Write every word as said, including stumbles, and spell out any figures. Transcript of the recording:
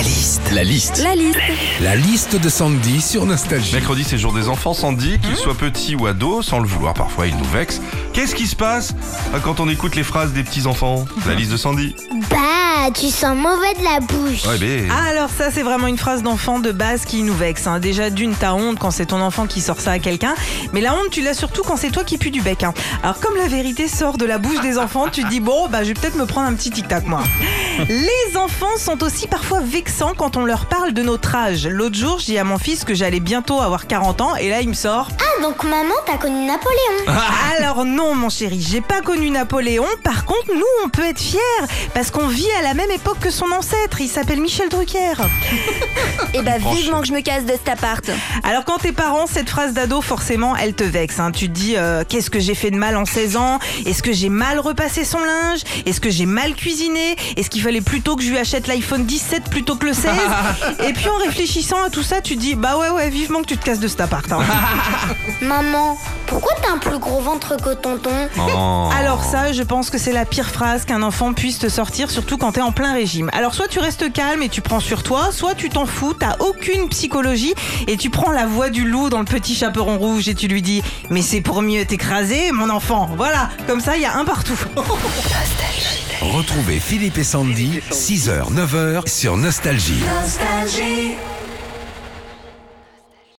liste. La liste. La liste. La liste de Sandy sur Nostalgie. Mercredi, c'est jour des enfants. Sandy, qu'il soit petit ou ado, sans le vouloir, parfois il nous vexe. Qu'est-ce qui se passe quand on écoute les phrases des petits-enfants? La liste de Sandy. Bah, tu sens mauvais de la bouche. Ouais, ben... Ah, alors ça, c'est vraiment une phrase d'enfant de base qui nous vexe. Hein. Déjà, d'une, t'as honte quand c'est ton enfant qui sort ça à quelqu'un. Mais la honte, tu l'as surtout quand c'est toi qui pue du bec. Hein. Alors, comme la vérité sort de la bouche des enfants, tu te dis, bon, bah, je vais peut-être me prendre un petit tic-tac, moi. Les enfants sont aussi parfois vexants quand on leur parle de notre âge. L'autre jour, je dis à mon fils que j'allais bientôt avoir quarante ans. Et là, il me sort... Ah, donc maman, t'as connu Napoléon. Alors non, mon chéri, j'ai pas connu Napoléon. Par contre, nous, on peut être fiers parce qu'on vit à la même époque que son ancêtre. Il s'appelle Michel Drucker. Eh bah vivement que je me casse de cet appart. Alors quand t'es parent, cette phrase d'ado, forcément, elle te vexe. Hein. Tu te dis, euh, qu'est-ce que j'ai fait de mal en seize ans? Est-ce que j'ai mal repassé son linge? Est-ce que j'ai mal cuisiné? Est-ce qu'il fallait plutôt que je lui achète l'iPhone dix-sept plutôt que le seize? Et puis en réfléchissant à tout ça, tu te dis, bah ouais, ouais, vivement que tu te casses de cet appart. Hein. Maman, pourquoi t'as un plus gros ventre que tonton? Oh. Alors ça, je pense que c'est la pire phrase qu'un enfant puisse te sortir, surtout quand t'es en plein régime. Alors soit tu restes calme et tu prends sur toi, soit tu t'en fous, t'as aucune psychologie et tu prends la voix du loup dans Le Petit Chaperon Rouge et tu lui dis « Mais c'est pour mieux t'écraser, mon enfant !» Voilà, comme ça, il y a un partout. Retrouvez Philippe et Sandy, six heures, neuf heures sur Nostalgie. Nostalgie.